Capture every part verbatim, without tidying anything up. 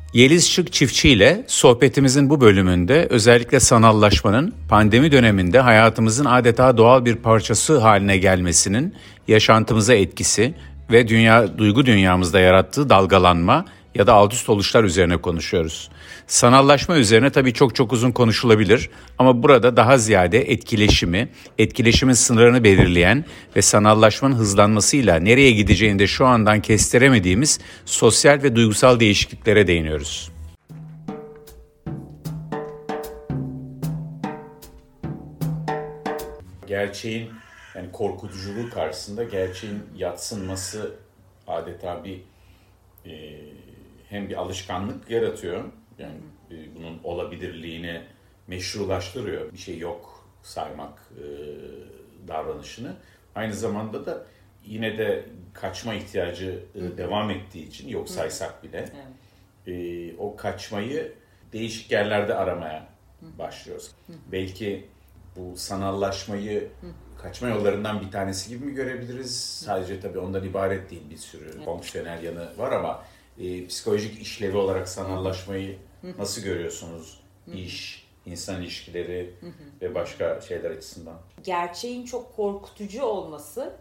Yeliz Şık Çiftçi ile sohbetimizin bu bölümünde özellikle sanallaşmanın pandemi döneminde hayatımızın adeta doğal bir parçası haline gelmesinin yaşantımıza etkisi ve dünya duygu dünyamızda yarattığı dalgalanma ya da alt üst oluşlar üzerine konuşuyoruz. Sanallaşma üzerine tabii çok çok uzun konuşulabilir ama burada daha ziyade etkileşimi, etkileşimin sınırlarını belirleyen ve sanallaşmanın hızlanmasıyla nereye gideceğini de şu andan kestiremediğimiz sosyal ve duygusal değişikliklere değiniyoruz. Gerçeğin yani korkutuculuğu karşısında gerçeğin yadsınması adeta bir e, hem bir alışkanlık yaratıyor. Yani e, bunun olabilirliğini meşrulaştırıyor. Bir şey yok saymak e, davranışını. Aynı zamanda da yine de kaçma ihtiyacı e, devam ettiği için yok saysak bile e, o kaçmayı değişik yerlerde aramaya başlıyoruz. Belki bu sanallaşmayı kaçma yollarından bir tanesi gibi mi görebiliriz? Sadece tabii ondan ibaret değil, bir sürü fonksiyonel yanı var ama e, psikolojik işlevi olarak sanallaşmayı nasıl görüyorsunuz? İş, insan ilişkileri ve başka şeyler açısından. Gerçeğin çok korkutucu olması,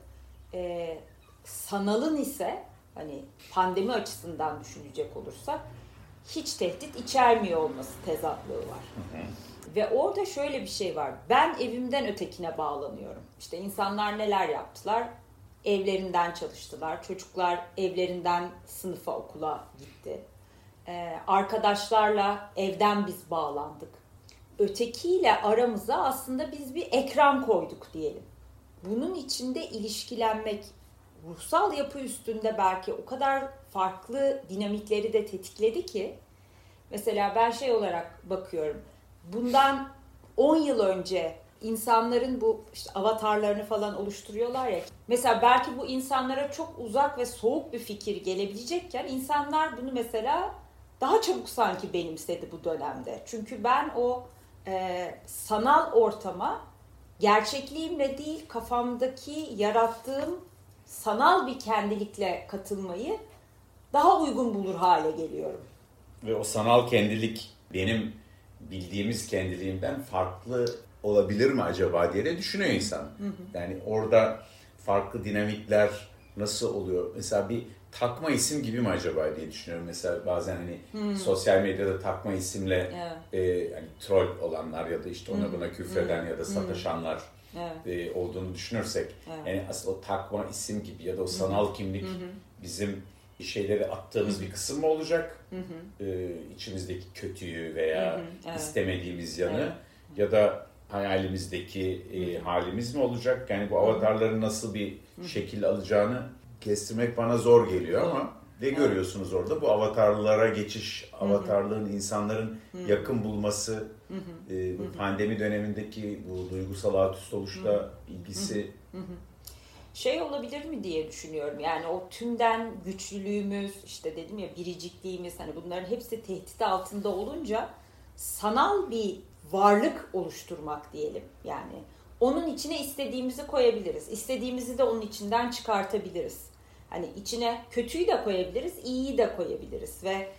e, sanalın ise hani pandemi açısından düşünecek olursak hiç tehdit içermiyor olması tezatlığı var. Hı hı. Ve orada şöyle bir şey var. Ben evimden ötekine bağlanıyorum. İşte insanlar neler yaptılar? Evlerinden çalıştılar. Çocuklar evlerinden sınıfa, okula gitti. Ee, arkadaşlarla evden biz bağlandık. Ötekiyle aramıza aslında biz bir ekran koyduk diyelim. Bunun içinde ilişkilenmek, ruhsal yapı üstünde belki o kadar farklı dinamikleri de tetikledi ki, mesela ben şey olarak bakıyorum. Bundan on yıl önce insanların bu işte avatarlarını falan oluşturuyorlar ya. Mesela belki bu insanlara çok uzak ve soğuk bir fikir gelebilecekken insanlar bunu mesela daha çabuk sanki benimsedi bu dönemde. Çünkü ben o e, sanal ortama gerçekliğimle değil kafamdaki yarattığım sanal bir kendilikle katılmayı daha uygun bulur hale geliyorum. Ve o sanal kendilik benim bildiğimiz kendiliğimden farklı olabilir mi acaba diye de düşünüyor insan. Hı hı. Yani orada farklı dinamikler nasıl oluyor? Mesela bir takma isim gibi mi acaba diye düşünüyorum. Mesela bazen hani hı. sosyal medyada takma isimle evet. e, yani troll olanlar ya da işte ona hı. buna küfreden hı. ya da sataşanlar evet. e, olduğunu düşünürsek evet. yani aslında o takma isim gibi ya da o sanal hı. kimlik hı hı. bizim şeyleri attığımız hı hı. bir kısım mı olacak? Hı hı. Ee, içimizdeki kötüyü veya hı hı. Evet. istemediğimiz yanı evet. ya da hayalimizdeki e, halimiz mi olacak? Yani bu avatarların nasıl bir hı hı. şekil alacağını kestirmek bana zor geliyor hı. ama ne evet. görüyorsunuz orada? Bu avatarlara geçiş, avatarlığın hı hı. insanların hı hı. yakın bulması, hı hı. E, bu hı hı. pandemi dönemindeki bu duygusal alt üst oluşta hı hı. ilgisi... Hı hı. Şey olabilir mi diye düşünüyorum. Yani o tümden güçlülüğümüz, işte dedim ya biricikliğimiz, hani bunların hepsi tehdit altında olunca sanal bir varlık oluşturmak diyelim. Yani onun içine istediğimizi koyabiliriz. İstediğimizi de onun içinden çıkartabiliriz. Hani içine kötüyü de koyabiliriz, iyiyi de koyabiliriz ve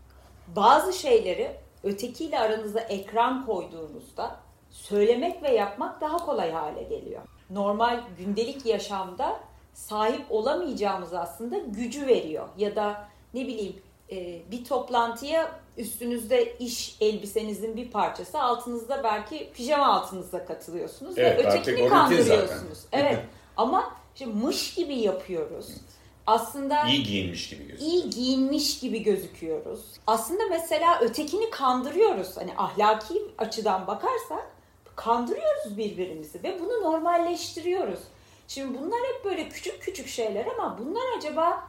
bazı şeyleri ötekiyle aranıza ekran koyduğunuzda söylemek ve yapmak daha kolay hale geliyor. Normal gündelik yaşamda sahip olamayacağımız aslında gücü veriyor. Ya da ne bileyim bir toplantıya üstünüzde iş elbisenizin bir parçası, altınızda belki pijama altınızda katılıyorsunuz evet, ve ötekini kandırıyorsunuz. Evet ama işte mış gibi yapıyoruz. Aslında iyi giyinmiş gibi gözüküyoruz. İyi giyinmiş gibi gözüküyoruz. Aslında mesela ötekini kandırıyoruz. Hani ahlaki açıdan bakarsak kandırıyoruz birbirimizi ve bunu normalleştiriyoruz. Şimdi bunlar hep böyle küçük küçük şeyler ama bunlar acaba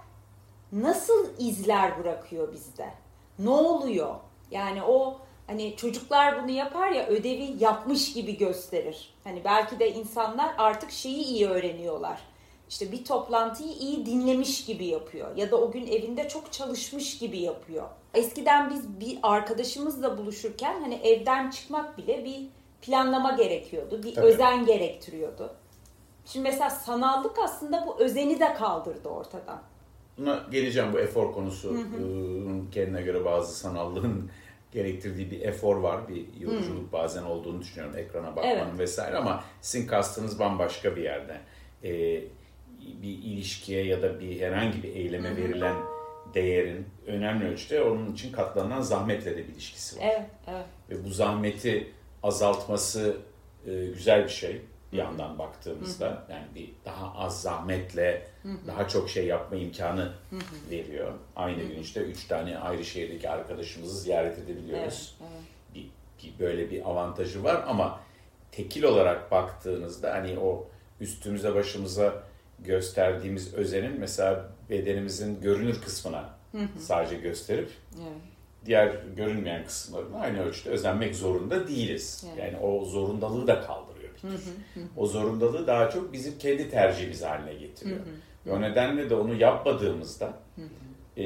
nasıl izler bırakıyor bizde? Ne oluyor? Yani o hani çocuklar bunu yapar ya, ödevi yapmış gibi gösterir. Hani belki de insanlar artık şeyi iyi öğreniyorlar. İşte bir toplantıyı iyi dinlemiş gibi yapıyor ya da o gün evinde çok çalışmış gibi yapıyor. Eskiden biz bir arkadaşımızla buluşurken hani evden çıkmak bile bir planlama gerekiyordu, bir Tabii. özen gerektiriyordu. Şimdi mesela sanallık aslında bu özeni de kaldırdı ortadan. buna geleceğim, bu efor konusu. Hı hı. Kendine göre bazı sanallığın gerektirdiği bir efor var. Bir yolculuk hı. bazen olduğunu düşünüyorum. Ekrana bakmanın evet. vesaire, ama sizin kastınız bambaşka bir yerde. Ee, bir ilişkiye ya da bir herhangi bir eyleme hı hı. verilen değerin önemli ölçüde onun için katlanılan zahmetle de bir ilişkisi var. Evet, evet. Ve bu zahmeti azaltması e, güzel bir şey bir yandan baktığımızda. Hı hı. Yani bir daha az zahmetle hı hı. daha çok şey yapma imkanı hı hı. veriyor. Aynı hı hı. gün işte üç tane ayrı şehirdeki arkadaşımızı ziyaret edebiliyoruz. Evet, evet. Bir, bir böyle bir avantajı var, ama tekil olarak baktığınızda hani o üstümüze başımıza gösterdiğimiz özenin mesela bedenimizin görünür kısmına hı hı. sadece gösterip evet. diğer görünmeyen kısımlarına aynı ölçüde özenmek zorunda değiliz. Evet. Yani o zorundalığı da kaldırıyor bir tür. Hı hı hı. O zorundalığı daha çok bizim kendi tercihimiz haline getiriyor. Hı hı. Ve o nedenle de onu yapmadığımızda hı hı. E,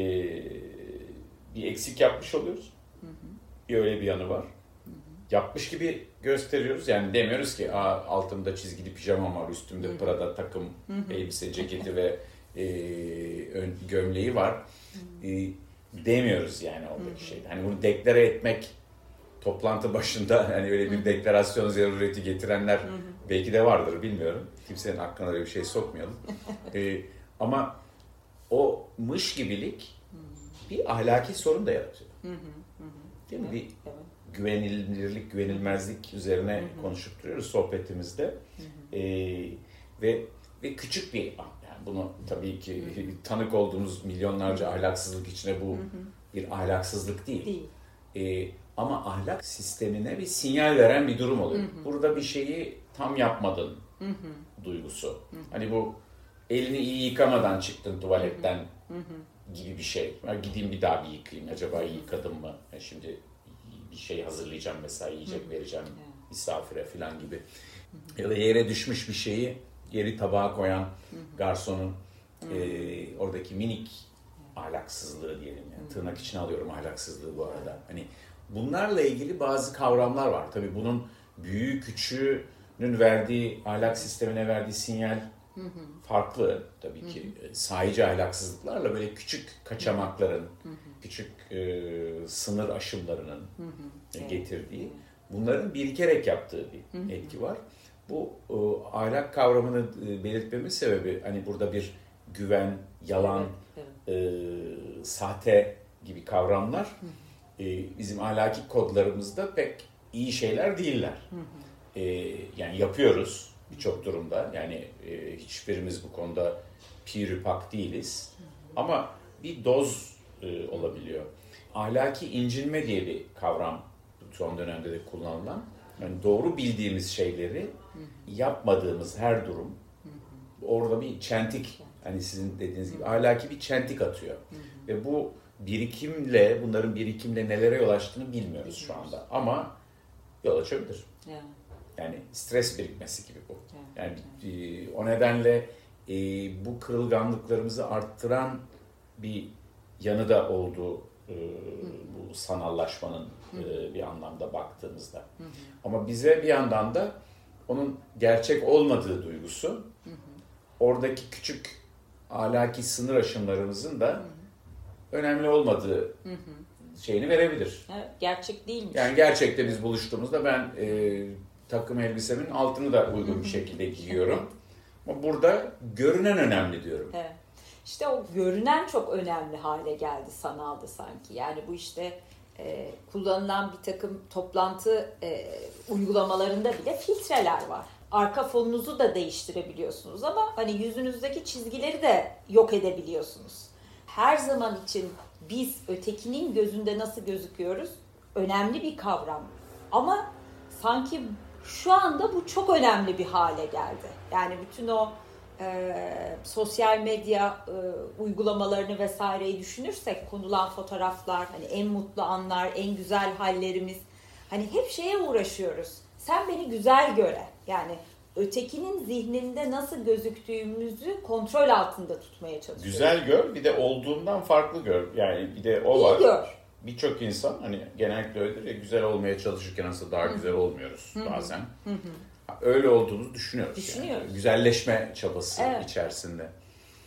bir eksik yapmış oluyoruz. Hı hı. Bir öyle bir yanı var. Hı hı. Yapmış gibi gösteriyoruz. Yani demiyoruz ki altımda çizgili pijamam var, üstümde hı hı. Prada takım, hı hı. elbise, ceketi ve e, ön, gömleği var. Hı hı. E, demiyoruz yani oradaki şeyde. Hani bunu deklare etmek, toplantı başında hani öyle bir hı hı. deklarasyon zarureti getirenler hı hı. belki de vardır, bilmiyorum. Kimsenin aklına öyle bir şey sokmayalım. e, ama o mış gibilik hı hı. bir ahlaki sorun da yaratıyor. Hı hı. Hı hı. Değil mi? Evet, bir evet. güvenilirlik, güvenilmezlik üzerine hı hı. konuşup duruyoruz sohbetimizde. Hı hı. E, ve ve küçük bir yani bunu tabii ki hı hı. tanık olduğumuz milyonlarca ahlaksızlık içine bu hı hı. bir ahlaksızlık değil. değil. E, ama ahlak sistemine bir sinyal veren bir durum oluyor. Hı hı. Burada bir şeyi tam yapmadın hı hı. duygusu. Hı hı. Hani bu elini iyi yıkamadan çıktın tuvaletten hı hı. gibi bir şey. Ben gideyim bir daha bir yıkayayım. Acaba iyi yıkadım mı? Yani şimdi bir şey hazırlayacağım mesela, yiyecek hı hı. vereceğim hı. misafire falan gibi. Hı hı. Ya da yere düşmüş bir şeyi geri tabağa koyan hı hı. garsonun hı. E, oradaki minik ahlaksızlığı diyelim. Yani. Hı. Tırnak içine alıyorum ahlaksızlığı bu arada. Hani bunlarla ilgili bazı kavramlar var. Tabii bunun büyüğü küçüğünün verdiği, ahlak sistemine verdiği sinyal hı hı. farklı. Tabii ki hı hı. sahici ahlaksızlıklarla böyle küçük kaçamakların, hı hı. küçük e, sınır aşımlarının hı hı. getirdiği, bunların birikerek yaptığı bir hı hı. etki var. Bu e, ahlak kavramını e, belirtmemin sebebi hani burada bir güven, yalan, evet, evet. E, sahte gibi kavramlar hı hı. E, bizim ahlaki kodlarımızda pek iyi şeyler değiller. Hı hı. E, yani yapıyoruz birçok durumda. Yani e, hiçbirimiz bu konuda pürüpak değiliz. Hı hı. Ama bir doz e, olabiliyor. Ahlaki incinme diye bir kavram son dönemde de kullanılan. Yani doğru bildiğimiz şeyleri hı hı. yapmadığımız her durum hı hı. orada bir çentik, hani sizin dediğiniz gibi ahlaki bir çentik atıyor. Hı hı. Ve bu birikimle, bunların birikimle nelere yol açtığını bilmiyoruz şu anda. Ama yol açabilir. Yani, yani stres birikmesi gibi bu. Yani, yani o nedenle e, bu kırılganlıklarımızı arttıran bir yanı da oldu e, bu sanallaşmanın e, bir anlamda baktığımızda. Hı hı. Ama bize bir yandan da onun gerçek olmadığı duygusu, hı hı. oradaki küçük ahlaki sınır aşımlarımızın da hı hı. önemli olmadığı hı hı. şeyini verebilir. Evet, gerçek değilmiş. Yani gerçekte biz buluştuğumuzda ben e, takım elbisemin altını da uygun bir şekilde giyiyorum. Ama burada görünen önemli diyorum. Evet. İşte o görünen çok önemli hale geldi sanalda sanki. Yani bu işte e, kullanılan bir takım toplantı e, uygulamalarında bile filtreler var. Arka fonunuzu da değiştirebiliyorsunuz ama hani yüzünüzdeki çizgileri de yok edebiliyorsunuz. Her zaman için biz ötekinin gözünde nasıl gözüküyoruz? Önemli bir kavram. Ama sanki şu anda bu çok önemli bir hale geldi. Yani bütün o e, sosyal medya e, uygulamalarını vesaireyi düşünürsek, konulan fotoğraflar, hani en mutlu anlar, en güzel hallerimiz, hani hep şeye uğraşıyoruz. Sen beni güzel göre, yani ötekinin zihninde nasıl gözüktüğümüzü kontrol altında tutmaya çalışıyoruz. Güzel gör, bir de olduğundan farklı gör. Yani bir de o İyi var. Gör. Birçok insan hani genellikle öyledir ya, güzel olmaya çalışırken aslında daha Hı-hı. güzel olmuyoruz Hı-hı. bazen. Hı-hı. Öyle olduğumuzu düşünüyoruz. Düşünüyoruz. Yani. Güzelleşme çabası evet. içerisinde.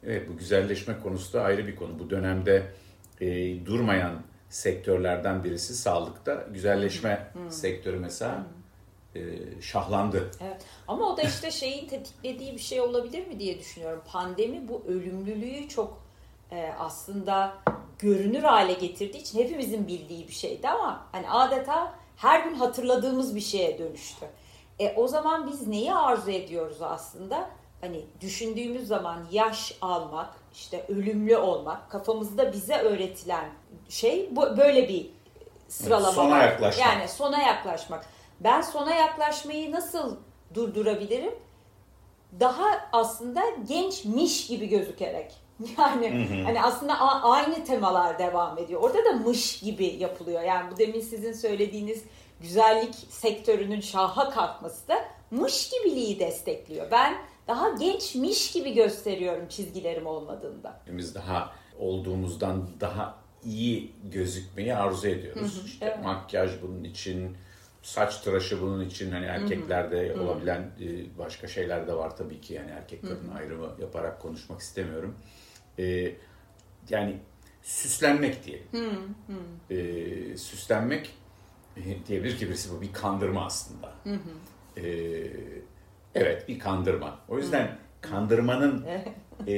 Evet, bu güzelleşme konusu da ayrı bir konu. Bu dönemde e, durmayan sektörlerden birisi sağlıkta. Güzelleşme hmm. sektörü mesela hmm. e, şahlandı. Evet. Ama o da işte şeyin tetiklediği bir şey olabilir mi diye düşünüyorum. Pandemi bu ölümlülüğü çok e, aslında görünür hale getirdiği için hepimizin bildiği bir şeydi ama hani adeta her gün hatırladığımız bir şeye dönüştü. E, o zaman biz neyi arzu ediyoruz aslında? Hani düşündüğümüz zaman yaş almak, işte ölümlü olmak, kafamızda bize öğretilen şey bu, böyle bir sıralama. Sona yaklaşmak. Yani sona yaklaşmak. Ben sona yaklaşmayı nasıl durdurabilirim? Daha aslında gençmiş gibi gözükerek. Yani hı hı. hani aslında a- aynı temalar devam ediyor. Orada da mış gibi yapılıyor. Yani bu demin sizin söylediğiniz güzellik sektörünün şaha kalkması da mış gibiliği destekliyor. Ben daha gençmiş gibi gösteriyorum çizgilerim olmadığında. Biz daha olduğumuzdan daha iyi gözükmeyi arzu ediyoruz. Hı hı, işte evet. Makyaj bunun için, saç tıraşı bunun için, hani erkeklerde hı hı. olabilen başka şeyler de var tabii ki, yani erkek kadın hı hı. ayrımı yaparak konuşmak istemiyorum. Ee, yani süslenmek diyelim. Hı hı. Ee, süslenmek diyebilir ki birisi, bu bir kandırma aslında. Hı hı. Ee, evet, bir kandırma. O yüzden hı. kandırmanın e,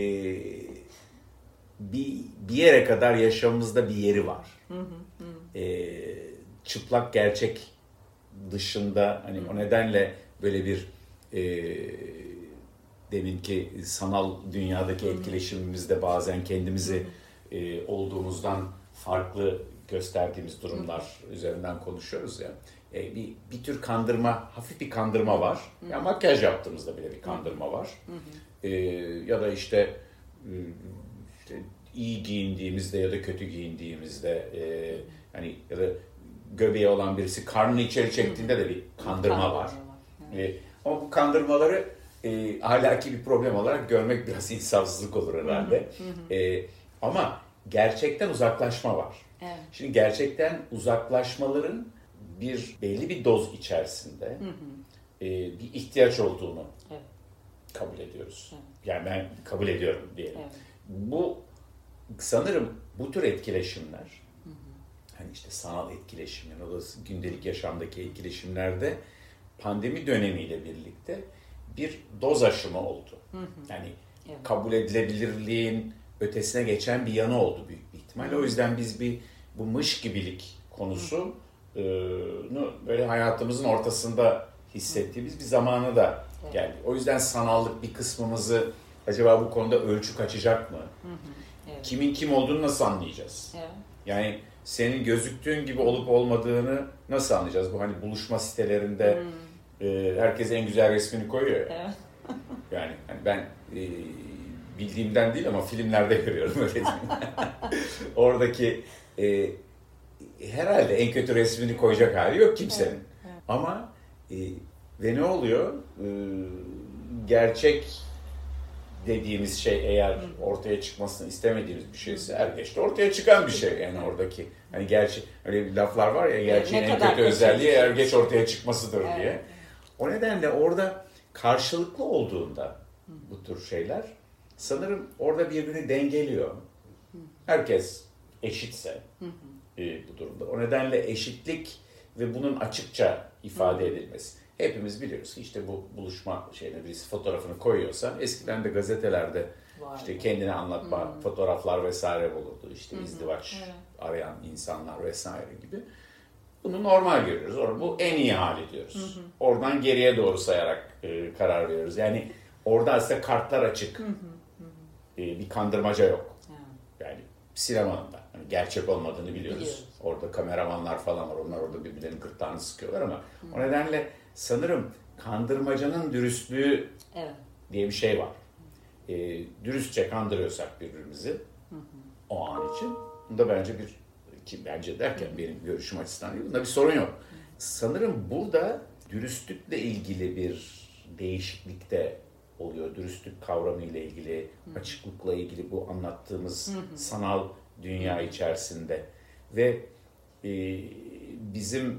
bir bir yere kadar yaşamımızda bir yeri var. Hı hı. Hı. Ee, çıplak gerçek dışında, hani hı. o nedenle böyle bir e, deminki sanal dünyadaki etkileşimimizde bazen kendimizi e, olduğumuzdan farklı gösterdiğimiz durumlar Hı. üzerinden konuşuyoruz ya. E, bir bir tür kandırma, hafif bir kandırma var. Hı. Ya makyaj yaptığımızda bile bir kandırma var. Hı. E, ya da işte, işte iyi giyindiğimizde ya da kötü giyindiğimizde, e, hani ya da göbeği olan birisi karnını içeri çektiğinde de bir kandırma var. E, ama bu kandırmaları e, ahlaki bir problem olarak görmek biraz insafsızlık olur herhalde. Hı hı. E, ama gerçekten uzaklaşma var. Evet. Şimdi gerçekten uzaklaşmaların bir belli bir doz içerisinde hı hı. E, bir ihtiyaç olduğunu evet. kabul ediyoruz. Evet. Yani ben kabul ediyorum diyelim. Evet. Bu sanırım bu tür etkileşimler, hı hı. hani işte sanal etkileşimler, o da gündelik yaşamdaki etkileşimlerde pandemi dönemiyle birlikte bir doz aşımı oldu. Hı hı. Yani evet. kabul edilebilirliğin ötesine geçen bir yanı oldu büyük bir ihtimalle. O yüzden biz bir bu mış gibilik konusunu böyle hayatımızın ortasında hissettiğimiz bir zamana da geldi. Evet. O yüzden sanallık bir kısmımızı acaba bu konuda ölçü kaçacak mı? Hı hı. Evet. Kimin kim olduğunu nasıl anlayacağız? Evet. Yani senin gözüktüğün gibi olup olmadığını nasıl anlayacağız? Bu hani buluşma sitelerinde hmm. e, herkes en güzel resmini koyuyor ya. Evet. Yani hani ben e, bildiğimden değil ama filmlerde görüyorum öyle diyeyim. Oradaki e, herhalde en kötü resmini koyacak hali yok kimsenin. Evet, evet. Ama e, ve ne oluyor? E, gerçek dediğimiz şey eğer ortaya çıkmasını istemediğimiz bir şeyse er geç de ortaya çıkan bir şey yani oradaki. Hani gerçek öyle bir laflar var ya, gerçeğin en kötü özelliği er geç ortaya çıkmasıdır evet. diye. O nedenle orada karşılıklı olduğunda bu tür şeyler sanırım orada birbirini dengeliyor. Herkes eşitse e, bu durumda. O nedenle eşitlik ve bunun açıkça ifade edilmesi. Hepimiz biliyoruz ki işte bu buluşma şeyine birisi fotoğrafını koyuyorsa, eskiden de gazetelerde Vay işte kendini anlatma hmm. fotoğraflar vesaire olurdu. İşte hmm. izdivaç evet. arayan insanlar vesaire gibi. Bunu normal görüyoruz. Or- bu en iyi hali diyoruz. Hmm. Oradan geriye doğru sayarak e, karar veriyoruz. Yani orada aslında kartlar açık. Hmm. E, bir kandırmaca yok. Hmm. Yani sinemanın da hani gerçek olmadığını biliyoruz. biliyoruz. Orada kameramanlar falan var. Onlar orada birbirlerinin gırtlağını sıkıyorlar ama hmm. o nedenle sanırım kandırmacanın dürüstlüğü evet. diye bir şey var. E, dürüstçe kandırıyorsak birbirimizi hı hı. o an için, bunda bence bir, ki bence derken hı. benim görüşüm açısından değil, bunda bir sorun yok. Hı. Sanırım burada dürüstlükle ilgili bir değişiklik de oluyor. Dürüstlük kavramı ile ilgili, hı. açıklıkla ilgili bu anlattığımız hı hı. sanal dünya içerisinde ve e, bizim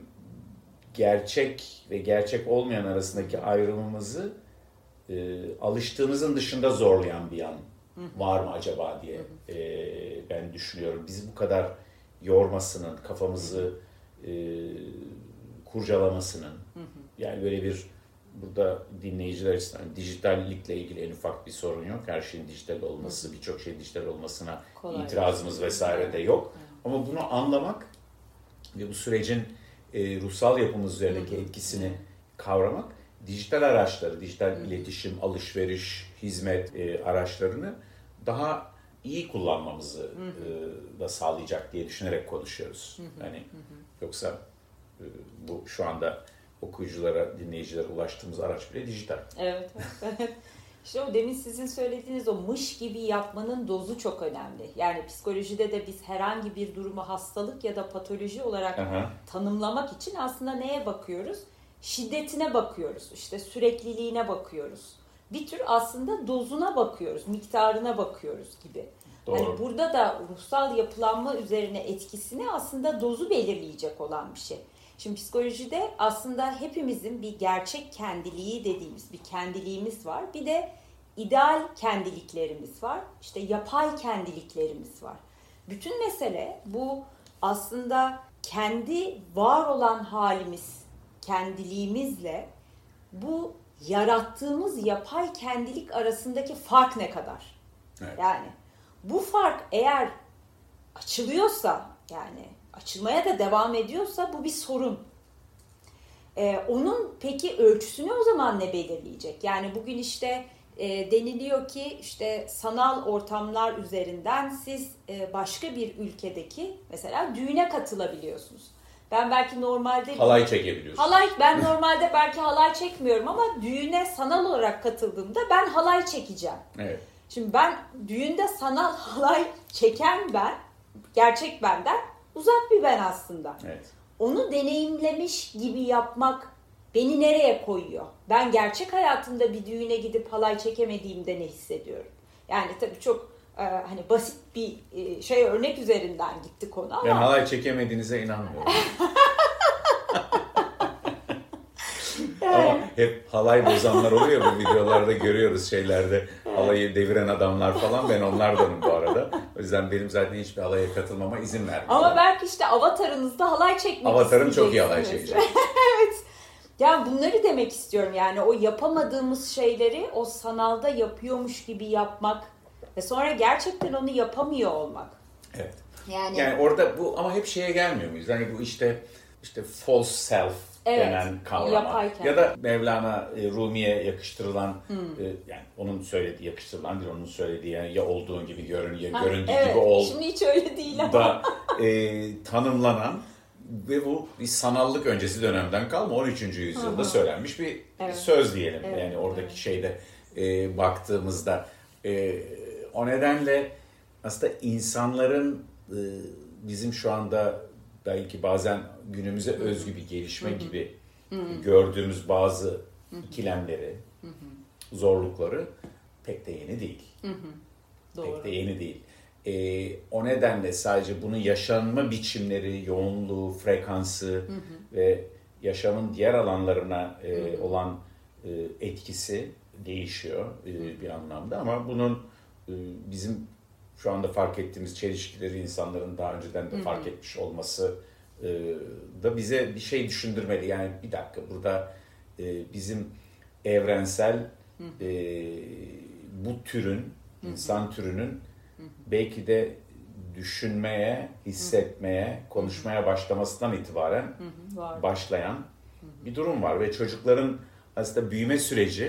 gerçek ve gerçek olmayan arasındaki ayrımımızı e, alıştığımızın dışında zorlayan bir yan var mı acaba diye e, ben düşünüyorum. Bizi bu kadar yormasının, kafamızı e, kurcalamasının, yani böyle bir burada dinleyiciler açısından dijitallikle ilgili en ufak bir sorun yok. Her şeyin dijital olması, birçok şeyin dijital olmasına kolay itirazımız vesaire de yok. Ama bunu anlamak ve bu sürecin e, ruhsal yapımız üzerindeki etkisini kavramak, dijital araçları, dijital iletişim, alışveriş, hizmet e, araçlarını daha iyi kullanmamızı e, da sağlayacak diye düşünerek konuşuyoruz. Yani yoksa e, bu şu anda okuyuculara, dinleyicilere ulaştığımız araç bile dijital. Evet, evet. İşte o demin sizin söylediğiniz o mış gibi yapmanın dozu çok önemli. Yani psikolojide de biz herhangi bir durumu hastalık ya da patoloji olarak Aha. tanımlamak için aslında neye bakıyoruz? Şiddetine bakıyoruz, işte sürekliliğine bakıyoruz. Bir tür aslında dozuna bakıyoruz, miktarına bakıyoruz gibi. Doğru. Hani burada da ruhsal yapılanma üzerine etkisini aslında dozu belirleyecek olan bir şey. Şimdi psikolojide aslında hepimizin bir gerçek kendiliği dediğimiz bir kendiliğimiz var. Bir de ideal kendiliklerimiz var. İşte yapay kendiliklerimiz var. Bütün mesele bu aslında kendi var olan halimiz, kendiliğimizle bu yarattığımız yapay kendilik arasındaki fark ne kadar? Evet. Yani bu fark eğer açılıyorsa, yani açılmaya da devam ediyorsa bu bir sorun. Ee, onun peki ölçüsünü o zaman ne belirleyecek? Yani bugün işte e, deniliyor ki işte sanal ortamlar üzerinden siz e, başka bir ülkedeki mesela düğüne katılabiliyorsunuz. Ben belki normalde... Halay çekebiliyorsun. Halay, ben normalde belki halay çekmiyorum ama düğüne sanal olarak katıldığımda ben halay çekeceğim. Evet. Şimdi ben düğünde sanal halay çeken ben, gerçek benden uzak bir ben aslında. Evet. Onu deneyimlemiş gibi yapmak beni nereye koyuyor? Ben gerçek hayatımda bir düğüne gidip halay çekemediğimde ne hissediyorum? Yani tabii çok e, hani basit bir e, şey örnek üzerinden gitti konu ama. Ben halay çekemediğinize inanmıyorum. Ama hep halay bozanlar oluyor bu videolarda görüyoruz şeylerde. Halayı deviren adamlar falan, ben onlardanım bu arada. O yüzden benim zaten hiçbir halaya katılmama izin vermiyor. Ama belki işte avatarınızda halay çekmek Avatarım çok iyi halay çekecek. Evet. Yani bunları demek istiyorum, yani o yapamadığımız şeyleri o sanalda yapıyormuş gibi yapmak ve sonra gerçekten onu yapamıyor olmak. Evet. Yani, yani orada bu ama hep şeye gelmiyor muyuz? Yani bu işte işte false self evet, denen kavrama ya da Mevlana Rumi'ye yakıştırılan hmm. yani onun söylediği yakıştırılan değil, onun söylediği yani ya olduğun gibi görün ya ha, göründüğü evet, gibi ol. Şimdi hiç öyle değil ama. Da e, tanımlanan ve bu bir sanallık öncesi dönemden kalma on üçüncü yüzyılda Hı-hı. söylenmiş bir evet. söz diyelim. Evet. Yani oradaki evet. şeyde e, baktığımızda e, o nedenle aslında insanların e, bizim şu anda belki bazen günümüze Hı-hı. özgü bir gelişme Hı-hı. gibi Hı-hı. gördüğümüz bazı Hı-hı. ikilemleri, Hı-hı. zorlukları pek de yeni değil. Doğru. Pek de yeni değil. Ee, o nedenle sadece bunun yaşanma biçimleri, yoğunluğu, frekansı hı hı. ve yaşamın diğer alanlarına e, hı hı. olan e, etkisi değişiyor e, bir anlamda. Ama bunun e, bizim şu anda fark ettiğimiz çelişkileri insanların daha önceden de hı hı. fark etmiş olması e, da bize bir şey düşündürmeli. Yani bir dakika, burada e, bizim evrensel hı hı. E, bu türün, hı hı. insan türünün belki de düşünmeye, hissetmeye, konuşmaya başlamasından itibaren başlayan bir durum var. Ve çocukların aslında büyüme süreci,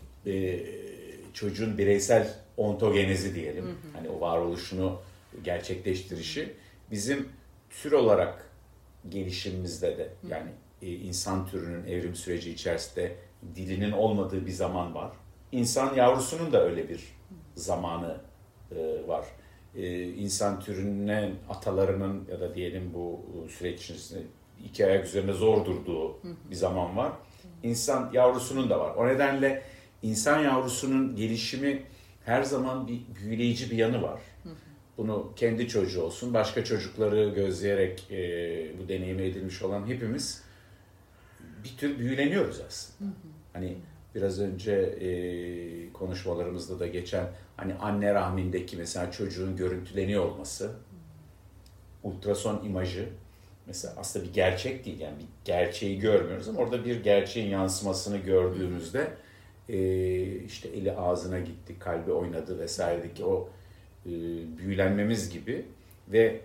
çocuğun bireysel ontogenezi diyelim, hani o varoluşunu gerçekleştirişi bizim tür olarak gelişimimizde de, yani insan türünün evrim süreci içerisinde dilinin olmadığı bir zaman var. İnsan yavrusunun da öyle bir zamanı var. Ee, insan türünün atalarının ya da diyelim bu süreç içerisinde iki ayak üzerinde zor durduğu bir zaman var. İnsan yavrusunun da var. O nedenle insan yavrusunun gelişimi her zaman bir büyüleyici bir yanı var. Bunu kendi çocuğu olsun, başka çocukları gözleyerek e, bu deneyimi edilmiş olan hepimiz bir tür büyüleniyoruz aslında. Hani biraz önce e, konuşmalarımızda da geçen hani anne rahmindeki mesela çocuğun görüntüleniyor olması, ultrason imajı mesela aslında bir gerçek değil, yani bir gerçeği görmüyoruz ama orada bir gerçeğin yansımasını gördüğümüzde e, işte eli ağzına gitti, kalbi oynadı vesairedeki o e, büyülenmemiz gibi ve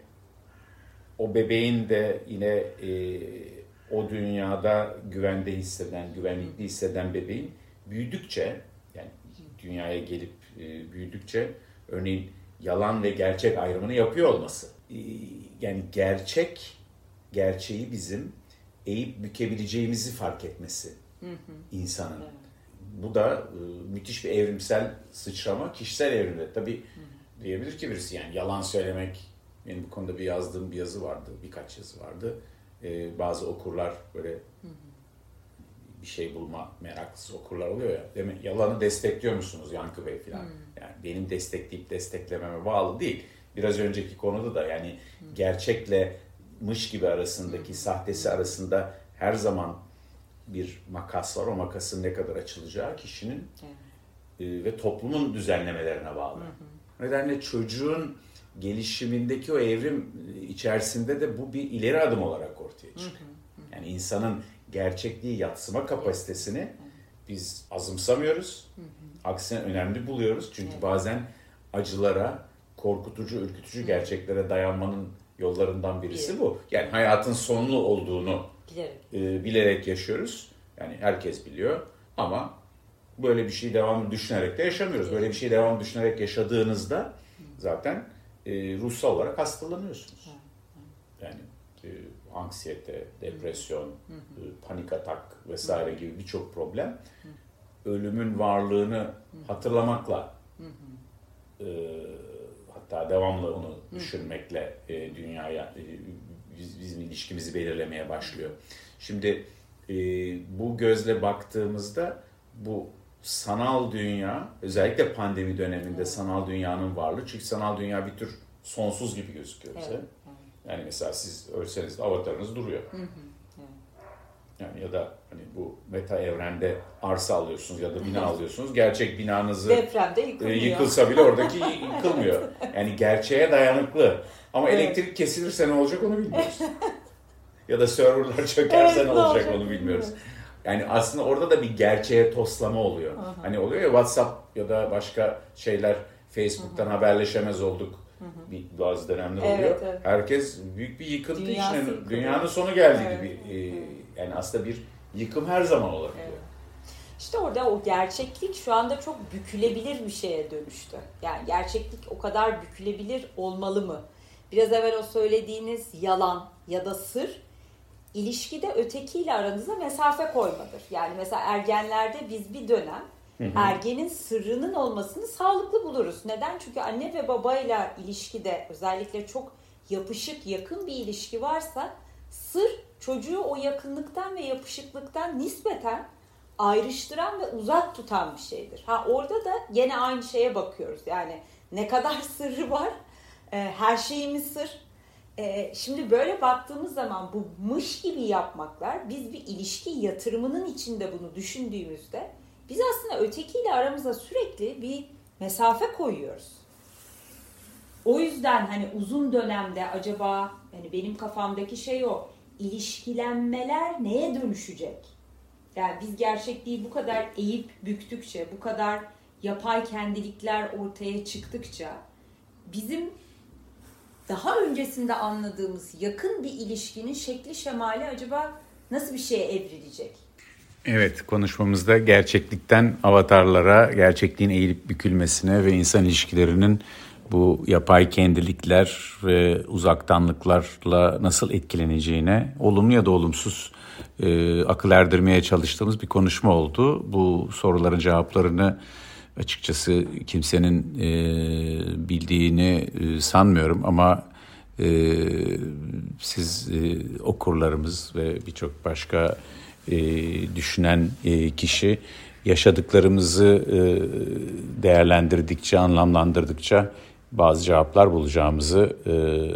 o bebeğin de yine e, o dünyada güvende hisseden, güvenlikli hisseden bebeğin büyüdükçe, yani dünyaya gelip e, büyüdükçe örneğin yalan ve gerçek ayrımını yapıyor olması. E, yani gerçek, gerçeği bizim eğip bükebileceğimizi fark etmesi hı hı. insanın. Evet. Bu da e, müthiş bir evrimsel sıçrama, kişisel evrimde. Tabii hı hı. diyebilir ki birisi yani yalan söylemek, benim bu konuda bir yazdığım bir yazı vardı, birkaç yazı vardı. Ee, bazı okurlar böyle hı hı. bir şey bulma meraklısı okurlar oluyor ya. Demek yalanı destekliyor musunuz Yankı Bey falan? Hı. Yani benim destekleyip desteklememe bağlı değil. Biraz önceki konuda da yani hı. gerçekle mış gibi arasındaki, hı. sahtesi arasında her zaman bir makas var. O makasın ne kadar açılacağı kişinin e, ve toplumun düzenlemelerine bağlı. Hı hı. O nedenle çocuğun gelişimindeki o evrim içerisinde de bu bir ileri adım olarak ortaya çıkıyor. Yani insanın gerçekliği yadsıma kapasitesini biz azımsamıyoruz. Aksine önemli buluyoruz. Çünkü bazen acılara, korkutucu, ürkütücü gerçeklere dayanmanın yollarından birisi bu. Yani hayatın sonlu olduğunu bilerek, e, bilerek yaşıyoruz. Yani herkes biliyor ama böyle bir şey devamlı düşünerek de yaşamıyoruz. Böyle bir şey devamlı düşünerek yaşadığınızda zaten e, ruhsal olarak hastalanıyorsunuz. Yani e, anksiyete, depresyon, hı hı. e, panik atak vesaire gibi birçok problem hı. ölümün varlığını hı. hatırlamakla hı hı. E, hatta devamlı onu hı. düşünmekle e, dünyaya, e, biz, bizim ilişkimizi belirlemeye başlıyor. Şimdi e, bu gözle baktığımızda bu sanal dünya, özellikle pandemi döneminde evet. sanal dünyanın varlığı. Çünkü sanal dünya bir tür sonsuz gibi gözüküyor bize. Evet. Yani mesela siz ölseniz de avatarınız duruyor. Hı hı. Evet. Yani ya da hani bu meta evrende arsa alıyorsunuz ya da bina alıyorsunuz. Gerçek binanızı depremde yıkılmıyor. Yıkılsa bile oradaki yıkılmıyor. Yani gerçeğe dayanıklı. Ama evet. elektrik kesilirse ne olacak onu bilmiyoruz. Ya da serverlar çökerse evet, ne olacak, olacak onu bilmiyoruz. Yani aslında orada da bir gerçeğe toslama oluyor. Aha. Hani oluyor ya WhatsApp ya da başka şeyler, Facebook'tan Aha. haberleşemez olduk. Aha. Bir bazı dönemler oluyor. Evet, evet. Herkes büyük bir yıkıntı Dünyası içine, yıkılıyor. Dünyanın sonu geldi evet. gibi. Ee, yani aslında bir yıkım her zaman olabiliyor. Evet. İşte orada o gerçeklik şu anda çok bükülebilir bir şeye dönüştü. Yani gerçeklik o kadar bükülebilir olmalı mı? Biraz evvel o söylediğiniz yalan ya da sır, İlişkide ötekiyle aranıza mesafe koymadır. Yani mesela ergenlerde biz bir dönem hı hı. ergenin sırrının olmasını sağlıklı buluruz. Neden? Çünkü anne ve babayla ilişkide özellikle çok yapışık, yakın bir ilişki varsa sır çocuğu o yakınlıktan ve yapışıklıktan nispeten ayrıştıran ve uzak tutan bir şeydir. Ha orada da gene aynı şeye bakıyoruz. Yani ne kadar sırrı var? Her şeyimiz sır. Şimdi böyle baktığımız zaman bu mış gibi yapmaklar, biz bir ilişki yatırımının içinde bunu düşündüğümüzde biz aslında ötekiyle aramıza sürekli bir mesafe koyuyoruz. O yüzden hani uzun dönemde acaba yani benim kafamdaki şey o, ilişkilenmeler neye dönüşecek? Yani biz gerçekliği bu kadar eğip büktükçe, bu kadar yapay kendilikler ortaya çıktıkça bizim daha öncesinde anladığımız yakın bir ilişkinin şekli şemali acaba nasıl bir şeye evrilecek? Evet, konuşmamızda gerçeklikten avatarlara, gerçekliğin eğilip bükülmesine ve insan ilişkilerinin bu yapay kendilikler ve uzaktanlıklarla nasıl etkileneceğine olumlu ya da olumsuz e, akıl erdirmeye çalıştığımız bir konuşma oldu. Bu soruların cevaplarını açıkçası kimsenin e, bildiğini e, sanmıyorum ama e, siz e, okurlarımız ve birçok başka e, düşünen e, kişi yaşadıklarımızı e, değerlendirdikçe, anlamlandırdıkça bazı cevaplar bulacağımızı e,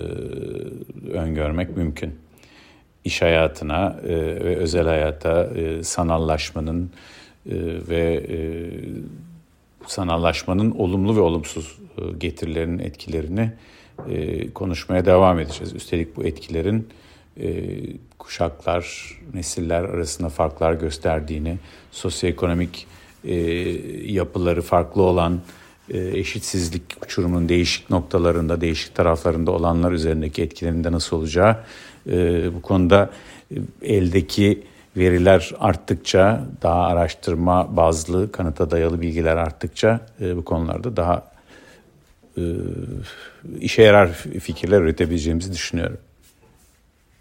öngörmek mümkün. İş hayatına e, ve özel hayata e, sanallaşmanın ve sanallaşmanın olumlu ve olumsuz getirilerinin etkilerini konuşmaya devam edeceğiz. Üstelik bu etkilerin kuşaklar, nesiller arasında farklar gösterdiğini, sosyoekonomik yapıları farklı olan, eşitsizlik uçurumunun değişik noktalarında, değişik taraflarında olanlar üzerindeki etkilerinde nasıl olacağı, bu konuda eldeki veriler arttıkça, daha araştırma bazlı, kanıta dayalı bilgiler arttıkça bu konularda daha işe yarar fikirler üretebileceğimizi düşünüyorum.